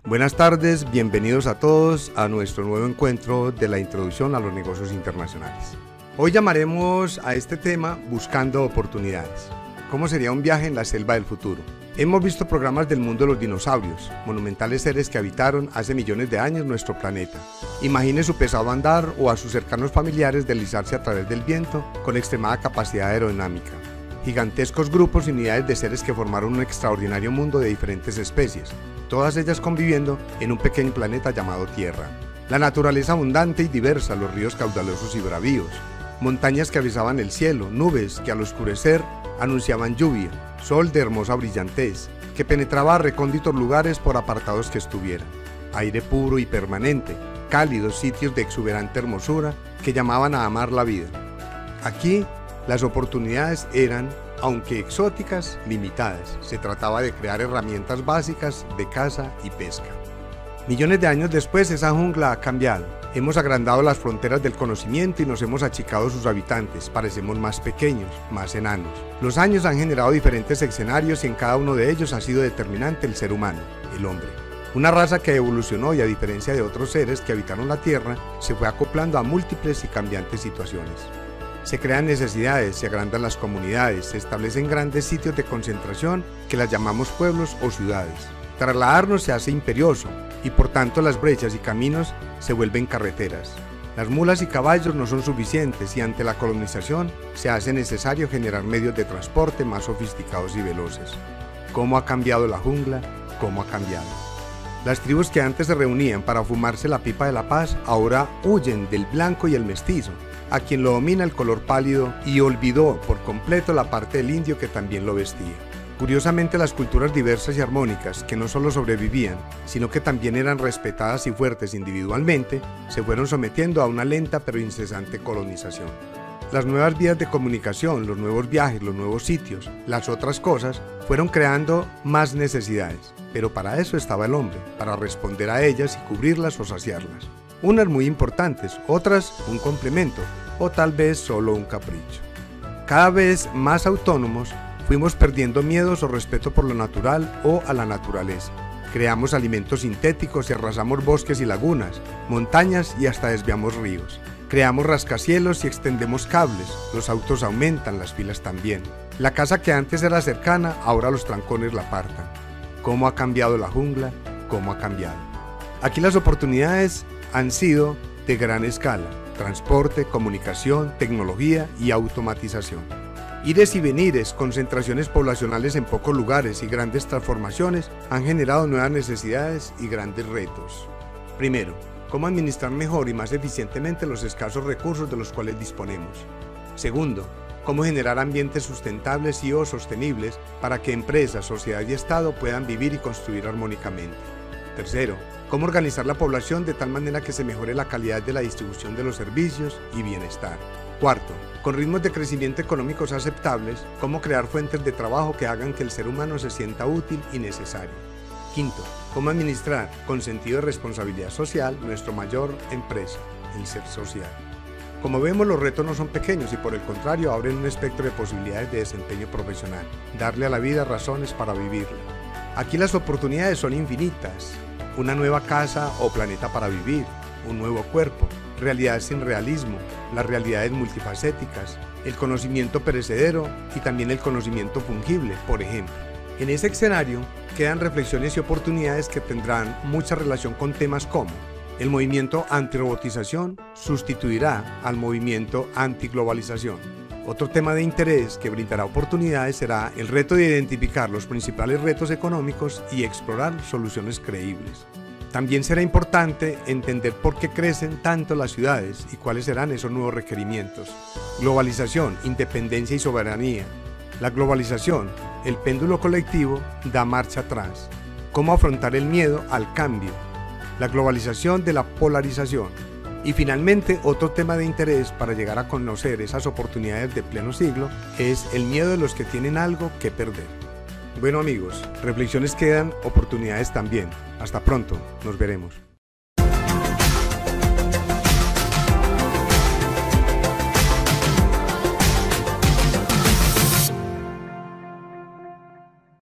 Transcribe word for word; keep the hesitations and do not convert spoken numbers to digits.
Buenas tardes, bienvenidos a todos a nuestro nuevo encuentro de la introducción a los negocios internacionales. Hoy llamaremos a este tema Buscando oportunidades. ¿Cómo sería un viaje en la selva del futuro? Hemos visto programas del mundo de los dinosaurios, monumentales seres que habitaron hace millones de años nuestro planeta. Imagine su pesado andar o a sus cercanos familiares deslizarse a través del viento con extremada capacidad aerodinámica. Gigantescos grupos y unidades de seres que formaron un extraordinario mundo de diferentes especies, todas ellas conviviendo en un pequeño planeta llamado Tierra. La naturaleza abundante y diversa, los ríos caudalosos y bravíos, montañas que avisaban el cielo, nubes que al oscurecer anunciaban lluvia, sol de hermosa brillantez, que penetraba a recónditos lugares por apartados que estuvieran, aire puro y permanente, cálidos sitios de exuberante hermosura que llamaban a amar la vida. Aquí, las oportunidades eran, aunque exóticas, limitadas. Se trataba de crear herramientas básicas de caza y pesca. Millones de años después, esa jungla ha cambiado. Hemos agrandado las fronteras del conocimiento y nos hemos achicado sus habitantes. Parecemos más pequeños, más enanos. Los años han generado diferentes escenarios y en cada uno de ellos ha sido determinante el ser humano, el hombre. Una raza que evolucionó y, a diferencia de otros seres que habitaron la Tierra, se fue acoplando a múltiples y cambiantes situaciones. Se crean necesidades, se agrandan las comunidades, se establecen grandes sitios de concentración que las llamamos pueblos o ciudades. Trasladarnos se hace imperioso y por tanto las brechas y caminos se vuelven carreteras. Las mulas y caballos no son suficientes y ante la colonización se hace necesario generar medios de transporte más sofisticados y veloces. ¿Cómo ha cambiado la jungla? ¿Cómo ha cambiado? Las tribus que antes se reunían para fumarse la pipa de la paz ahora huyen del blanco y el mestizo, a quien lo domina el color pálido y olvidó por completo la parte del indio que también lo vestía. Curiosamente, las culturas diversas y armónicas, que no solo sobrevivían, sino que también eran respetadas y fuertes individualmente, se fueron sometiendo a una lenta pero incesante colonización. Las nuevas vías de comunicación, los nuevos viajes, los nuevos sitios, las otras cosas, fueron creando más necesidades, pero para eso estaba el hombre, para responder a ellas y cubrirlas o saciarlas. Unas muy importantes, otras un complemento, o tal vez solo un capricho. Cada vez más autónomos, fuimos perdiendo miedos o respeto por lo natural o a la naturaleza. Creamos alimentos sintéticos y arrasamos bosques y lagunas, montañas y hasta desviamos ríos. Creamos rascacielos y extendemos cables, los autos aumentan, las filas también. La casa que antes era cercana, ahora los trancones la apartan. ¿Cómo ha cambiado la jungla? ¿Cómo ha cambiado? Aquí las oportunidades han sido de gran escala: transporte, comunicación, tecnología y automatización. Ires y venires, concentraciones poblacionales en pocos lugares y grandes transformaciones han generado nuevas necesidades y grandes retos. Primero, cómo administrar mejor y más eficientemente los escasos recursos de los cuales disponemos. Segundo, cómo generar ambientes sustentables y o sostenibles para que empresas, sociedad y Estado puedan vivir y construir armónicamente. Tercero, cómo organizar la población de tal manera que se mejore la calidad de la distribución de los servicios y bienestar. Cuarto, con ritmos de crecimiento económicos aceptables, cómo crear fuentes de trabajo que hagan que el ser humano se sienta útil y necesario. Quinto, cómo administrar con sentido de responsabilidad social nuestra mayor empresa, el ser social. Como vemos, los retos no son pequeños y por el contrario abren un espectro de posibilidades de desempeño profesional, darle a la vida razones para vivirla. Aquí las oportunidades son infinitas: una nueva casa o planeta para vivir, un nuevo cuerpo, realidades sin realismo, las realidades multifacéticas, el conocimiento perecedero y también el conocimiento fungible, por ejemplo. En ese escenario quedan reflexiones y oportunidades que tendrán mucha relación con temas como: el movimiento antirobotización sustituirá al movimiento antiglobalización. Otro tema de interés que brindará oportunidades será el reto de identificar los principales retos económicos y explorar soluciones creíbles. También será importante entender por qué crecen tanto las ciudades y cuáles serán esos nuevos requerimientos. Globalización, independencia y soberanía. La globalización, el péndulo colectivo, da marcha atrás. ¿Cómo afrontar el miedo al cambio? La globalización de la polarización. Y finalmente, otro tema de interés para llegar a conocer esas oportunidades de pleno siglo es el miedo de los que tienen algo que perder. Bueno amigos, reflexiones quedan, oportunidades también. Hasta pronto, nos veremos.